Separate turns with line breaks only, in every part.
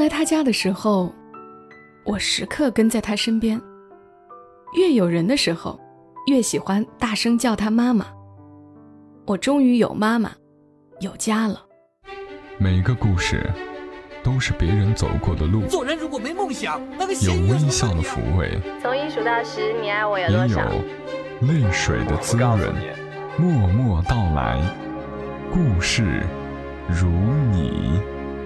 来他家的时候，我时刻跟在他身边，越有人的时候，越喜欢大声叫他妈妈。我终于有妈妈，有家了。
每个故事都是别人走过的路，
做人如果没梦想，那个
有微笑的抚慰，
从1数到10，你爱我有多少？
也有泪水的滋润。默默到来，故事如你。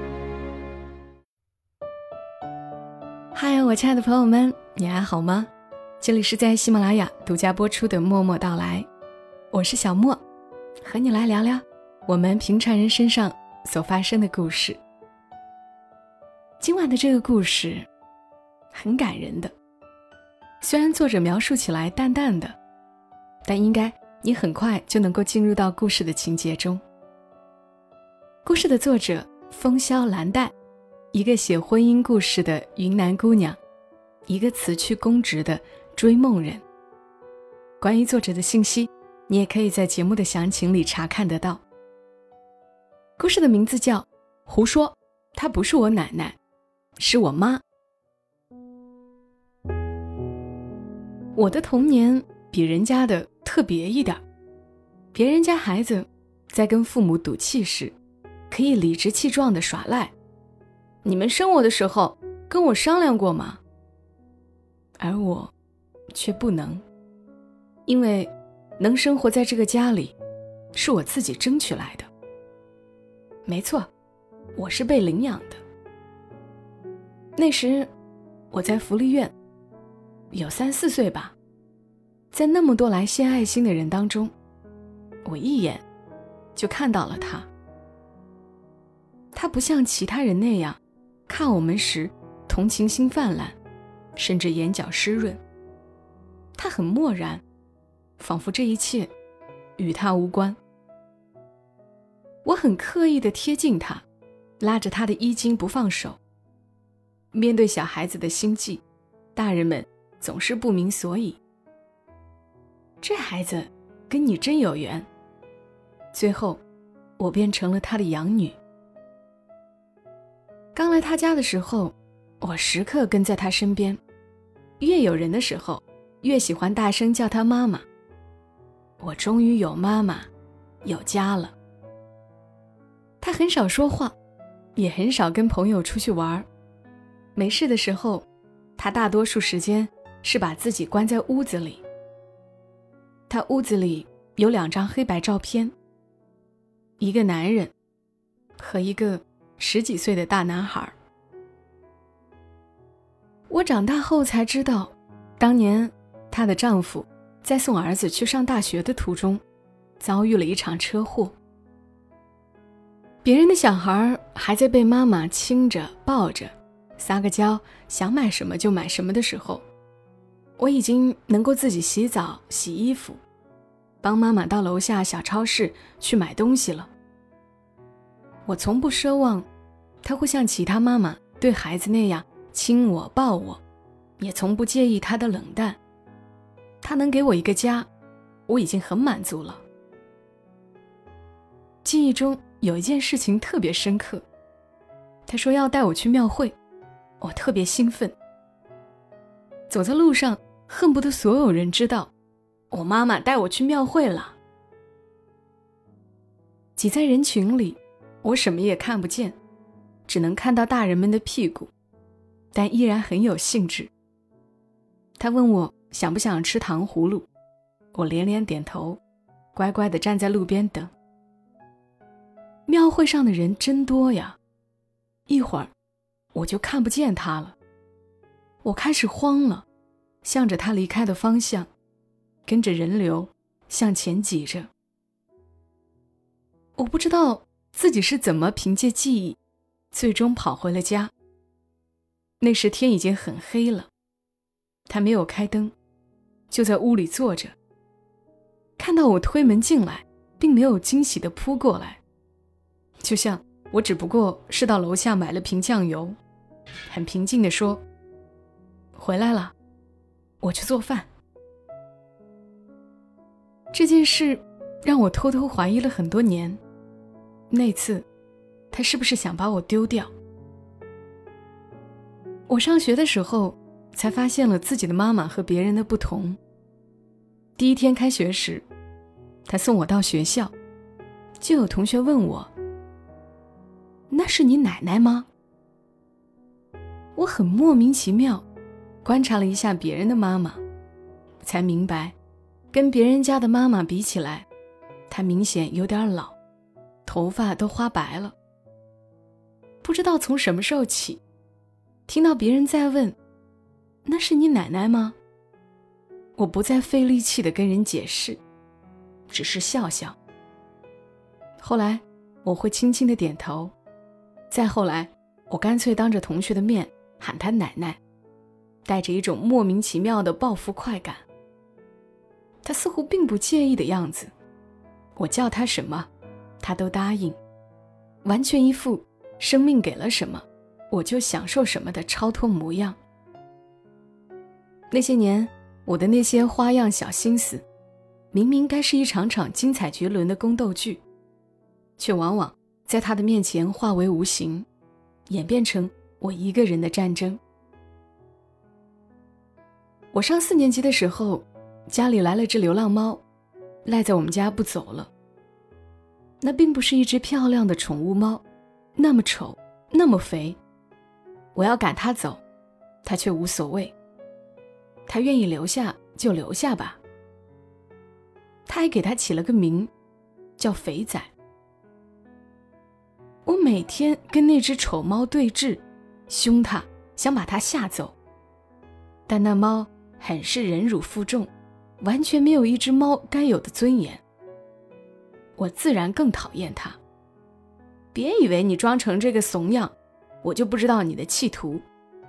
嗨，我亲爱的朋友们，你还好吗？这里是在喜马拉雅独家播出的《默默到来》，我是小莫，和你来聊聊我们平常人身上所发生的故事。今晚的这个故事很感人的，虽然作者描述起来淡淡的，但应该你很快就能够进入到故事的情节中。故事的作者风萧蓝黛，一个写婚姻故事的云南姑娘，一个辞去公职的追梦人。关于作者的信息，你也可以在节目的详情里查看得到。故事的名字叫胡说，她不是我奶奶，是我妈。我的童年比人家的特别一点，别人家孩子在跟父母赌气时，可以理直气壮地耍赖。你们生我的时候跟我商量过吗？而我却不能，因为能生活在这个家里是我自己争取来的。没错，我是被领养的。那时我在福利院，有3、4岁吧，在那么多来献爱心的人当中，我一眼就看到了他。他不像其他人那样看我们时同情心泛滥，甚至眼角湿润。他很漠然，仿佛这一切与他无关。我很刻意地贴近他，拉着他的衣襟不放手。面对小孩子的心计，大人们总是不明所以。这孩子跟你真有缘。最后我变成了他的养女。刚来他家的时候，我时刻跟在他身边，越有人的时候，越喜欢大声叫他妈妈。我终于有妈妈，有家了。他很少说话，也很少跟朋友出去玩。没事的时候，他大多数时间是把自己关在屋子里。他屋子里有2张黑白照片，一个男人和一个10几岁的大男孩。我长大后才知道，当年她的丈夫在送儿子去上大学的途中遭遇了一场车祸。别人的小孩还在被妈妈亲着抱着撒个娇，想买什么就买什么的时候，我已经能够自己洗澡洗衣服，帮妈妈到楼下小超市去买东西了。我从不奢望她会像其他妈妈对孩子那样亲我抱我，也从不介意她的冷淡。她能给我一个家，我已经很满足了。记忆中有一件事情特别深刻，她说要带我去庙会，我特别兴奋。走在路上，恨不得所有人知道我妈妈带我去庙会了。挤在人群里，我什么也看不见，只能看到大人们的屁股，但依然很有兴致。他问我想不想吃糖葫芦，我连连点头，乖乖地站在路边等。庙会上的人真多呀，一会儿我就看不见他了。我开始慌了，向着他离开的方向，跟着人流向前挤着。我不知道自己是怎么凭借记忆最终跑回了家。那时天已经很黑了，他没有开灯，就在屋里坐着。看到我推门进来，并没有惊喜地扑过来，就像我只不过是到楼下买了瓶酱油，很平静地说，回来了，我去做饭。这件事让我偷偷怀疑了很多年，那次他是不是想把我丢掉？ 我上学的时候才发现了自己的妈妈和别人的不同。第一天开学时，她送我到学校，就有同学问我，那是你奶奶吗？我很莫名其妙，观察了一下别人的妈妈，才明白跟别人家的妈妈比起来，她明显有点老，头发都花白了。不知道从什么时候起，听到别人在问，那是你奶奶吗？我不再费力气地跟人解释，只是笑笑。后来我会轻轻地点头，再后来我干脆当着同学的面喊她奶奶，带着一种莫名其妙的报复快感。她似乎并不介意的样子，我叫她什么她都答应，完全一副生命给了什么我就享受什么的超脱模样。那些年我的那些花样小心思，明明该是一场场精彩绝伦的宫斗剧，却往往在他的面前化为无形，演变成我一个人的战争。我上4年级的时候，家里来了只流浪猫，赖在我们家不走了。那并不是一只漂亮的宠物猫，那么丑，那么肥，我要赶它走，它却无所谓。它愿意留下就留下吧。他还给它起了个名，叫肥仔。我每天跟那只丑猫对峙，凶它，想把它吓走，但那猫很是忍辱负重，完全没有一只猫该有的尊严。我自然更讨厌它。别以为你装成这个怂样，我就不知道你的企图。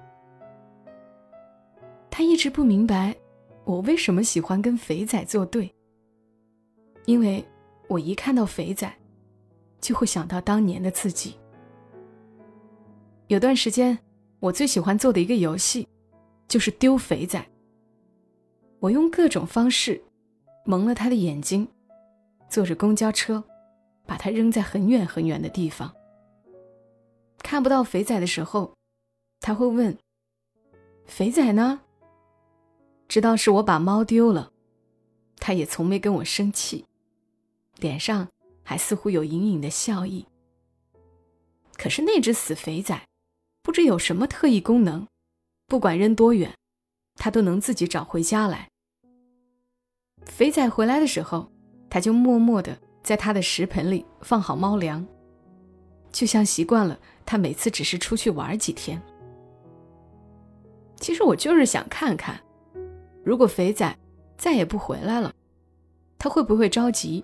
他一直不明白我为什么喜欢跟肥仔作对，因为我一看到肥仔就会想到当年的自己。有段时间我最喜欢做的一个游戏就是丢肥仔。我用各种方式蒙了他的眼睛，坐着公交车把他扔在很远很远的地方。看不到肥仔的时候，他会问，肥仔呢？知道是我把猫丢了，他也从没跟我生气，脸上还似乎有隐隐的笑意。可是那只死肥仔不知有什么特异功能，不管扔多远，他都能自己找回家来。肥仔回来的时候，他就默默地在他的食盆里放好猫粮，就像习惯了他每次只是出去玩几天。其实我就是想看看，如果肥仔再也不回来了，他会不会着急？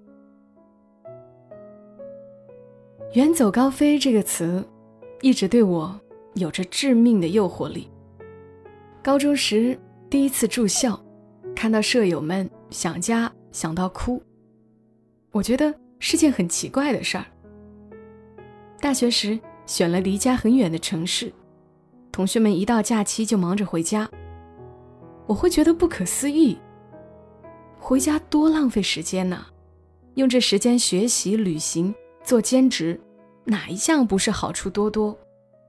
远走高飞这个词一直对我有着致命的诱惑力。高中时第一次住校，看到舍友们想家想到哭，我觉得是件很奇怪的事儿。大学时选了离家很远的城市，同学们一到假期就忙着回家，我会觉得不可思议，回家多浪费时间呢，用这时间学习、旅行、做兼职，哪一项不是好处多多？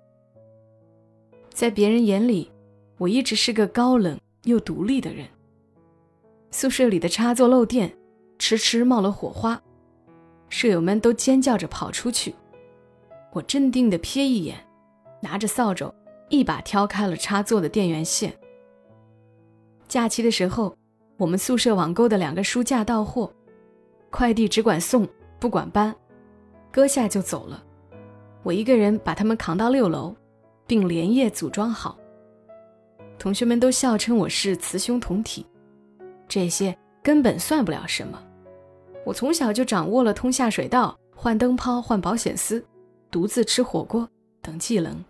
在别人眼里，我一直是个高冷又独立的人。宿舍里的插座漏电，迟迟冒了火花，舍友们都尖叫着跑出去，我镇定地瞥一眼，拿着扫帚一把挑开了插座的电源线。假期的时候，我们宿舍网购的2个书架到货，快递只管送不管搬，搁下就走了。我一个人把它们扛到6楼，并连夜组装好。同学们都笑称我是雌雄同体，这些根本算不了什么。我从小就掌握了通下水道、换灯泡、换保险丝、独自吃火锅等技能。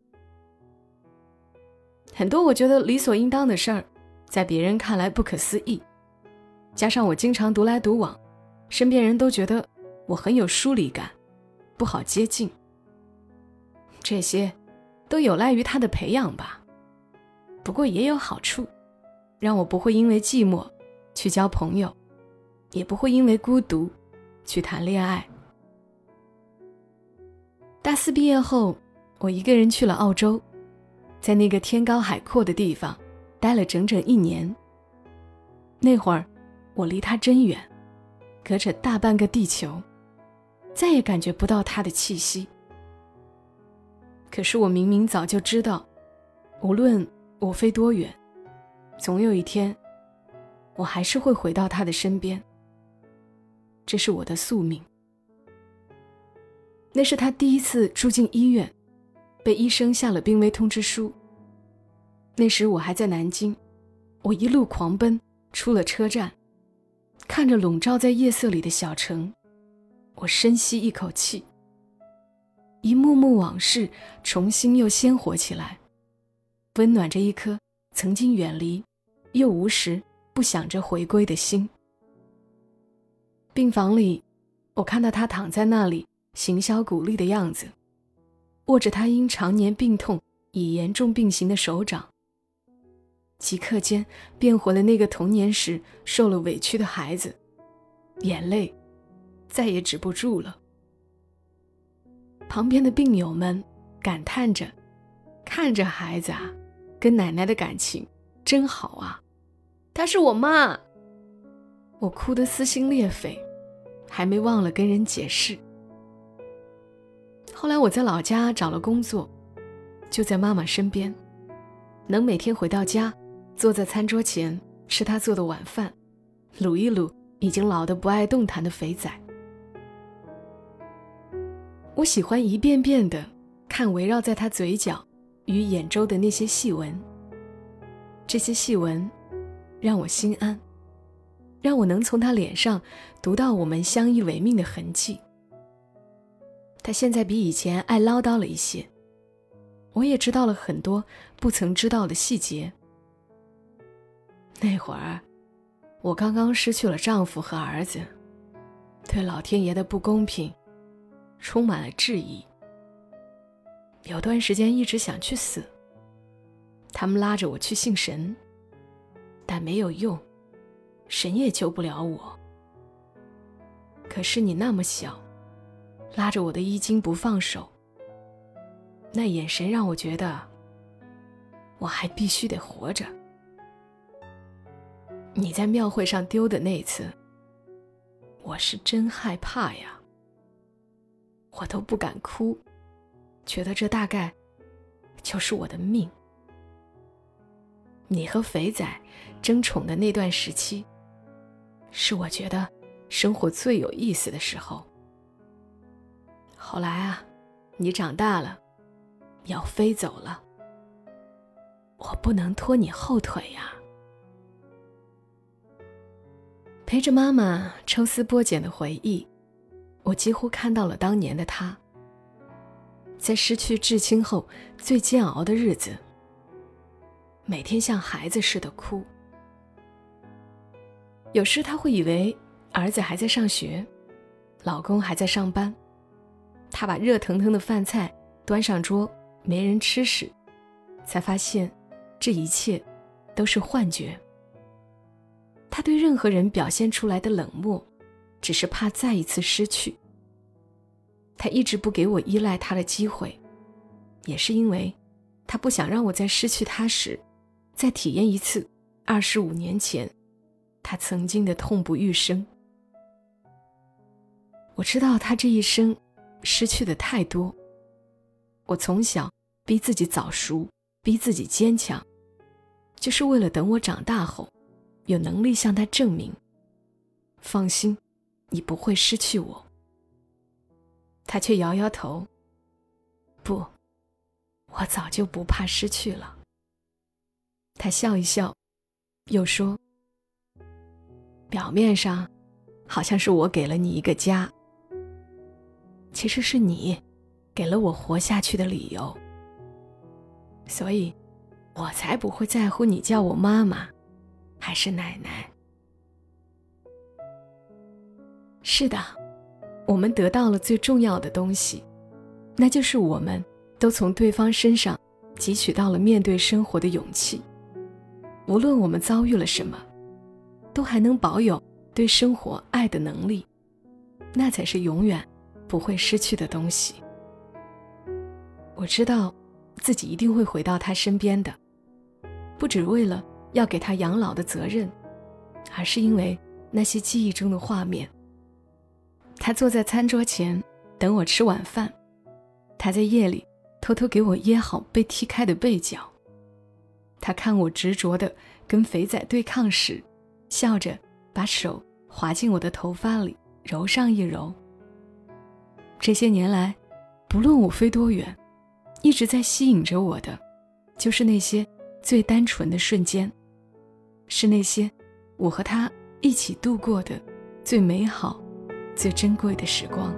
很多我觉得理所应当的事儿，在别人看来不可思议。加上我经常独来独往，身边人都觉得我很有疏离感，不好接近。这些都有赖于他的培养吧。不过也有好处，让我不会因为寂寞去交朋友，也不会因为孤独去谈恋爱。大4毕业后，我一个人去了澳洲， 在那个天高海阔的地方待了整整1年。那会儿我离他真远，隔着大半个地球，再也感觉不到他的气息。可是我明明早就知道，无论我飞多远，总有一天我还是会回到他的身边。这是我的宿命。那是他第一次住进医院，被医生下了病危通知书。那时我还在南京，我一路狂奔，出了车站，看着笼罩在夜色里的小城，我深吸一口气，一幕幕往事重新又鲜活起来，温暖着一颗曾经远离又无时不想着回归的心。病房里，我看到他躺在那里行销鼓励的样子，握着他因常年病痛已严重病形的手掌，即刻间变回了那个童年时受了委屈的孩子，眼泪再也止不住了。旁边的病友们感叹着，看着孩子啊，跟奶奶的感情真好啊，她是我妈。我哭得撕心裂肺，还没忘了跟人解释。后来我在老家找了工作，就在妈妈身边，能每天回到家，坐在餐桌前吃她做的晚饭，撸一撸已经老得不爱动弹的肥仔。我喜欢一遍遍地看围绕在她嘴角与眼周的那些细纹，这些细纹让我心安，让我能从她脸上读到我们相依为命的痕迹。她现在比以前爱唠叨了一些，我也知道了很多不曾知道的细节。那会儿我刚刚失去了丈夫和儿子，对老天爷的不公平充满了质疑，有段时间一直想去死。他们拉着我去信神，但没有用，神也救不了我。可是你那么小，拉着我的衣襟不放手，那眼神让我觉得我还必须得活着。你在庙会上丢的那次，我是真害怕呀，我都不敢哭，觉得这大概就是我的命。你和肥仔争宠的那段时期，是我觉得生活最有意思的时候。后来啊，你长大了，要飞走了，我不能拖你后腿呀。陪着妈妈抽丝剥茧的回忆，我几乎看到了当年的她，在失去至亲后最煎熬的日子，每天像孩子似的哭。有时她会以为儿子还在上学，老公还在上班，她把热腾腾的饭菜端上桌，没人吃时，才发现这一切都是幻觉。她对任何人表现出来的冷漠，只是怕再一次失去。她一直不给我依赖她的机会，也是因为她不想让我在失去她时，再体验一次25年前她曾经的痛不欲生。我知道她这一生失去的太多，我从小逼自己早熟，逼自己坚强，就是为了等我长大后有能力向她证明，放心，你不会失去我。她却摇摇头，不，我早就不怕失去了。她笑一笑，又说，表面上好像是我给了你一个家，其实是你给了我活下去的理由，所以我才不会在乎你叫我妈妈还是奶奶。是的，我们得到了最重要的东西，那就是我们都从对方身上汲取到了面对生活的勇气。无论我们遭遇了什么，都还能保有对生活爱的能力，那才是永远不会失去的东西。我知道自己一定会回到他身边的，不只为了要给他养老的责任，而是因为那些记忆中的画面。他坐在餐桌前等我吃晚饭，他在夜里偷偷给我掖好被踢开的被角，他看我执着地跟肥仔对抗时，笑着把手滑进我的头发里揉上一揉。这些年来，不论我飞多远，一直在吸引着我的就是那些最单纯的瞬间，是那些我和他一起度过的最美好最珍贵的时光。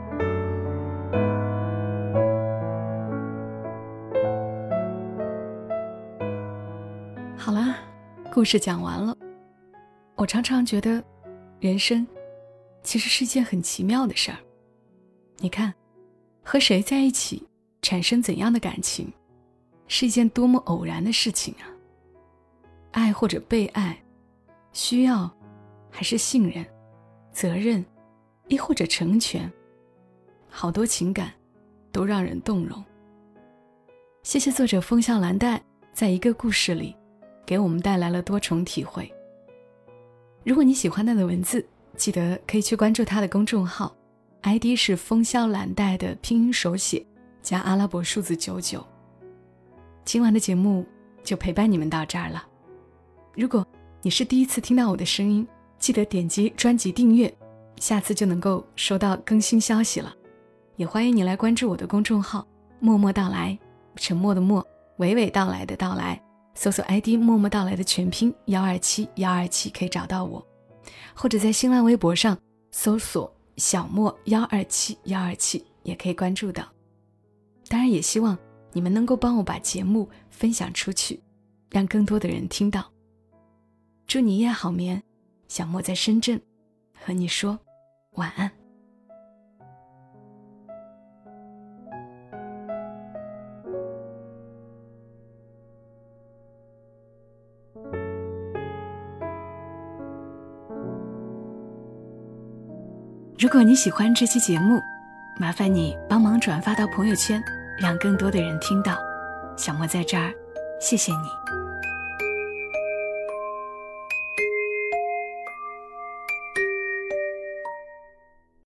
好啦，故事讲完了。我常常觉得人生其实是一件很奇妙的事儿。你看，和谁在一起产生怎样的感情，是一件多么偶然的事情啊！爱或者被爱，需要还是信任，责任亦或者成全，好多情感都让人动容。谢谢作者风向蓝带在一个故事里给我们带来了多重体会。如果你喜欢他的文字，记得可以去关注他的公众号， ID 是风向蓝带的拼音手写加阿拉伯数字99。今晚的节目就陪伴你们到这儿了。如果你是第一次听到我的声音，记得点击专辑订阅，下次就能够收到更新消息了。也欢迎你来关注我的公众号默默到来，沉默的默，娓娓道来的到来，搜索 ID 默默到来的全拼127127可以找到我，或者在新浪微博上搜索小莫127127也可以关注到。当然也希望你们能够帮我把节目分享出去，让更多的人听到。祝你夜好眠，小莫在深圳和你说晚安。如果你喜欢这期节目，麻烦你帮忙转发到朋友圈，让更多的人听到。小莫在这儿，谢谢你。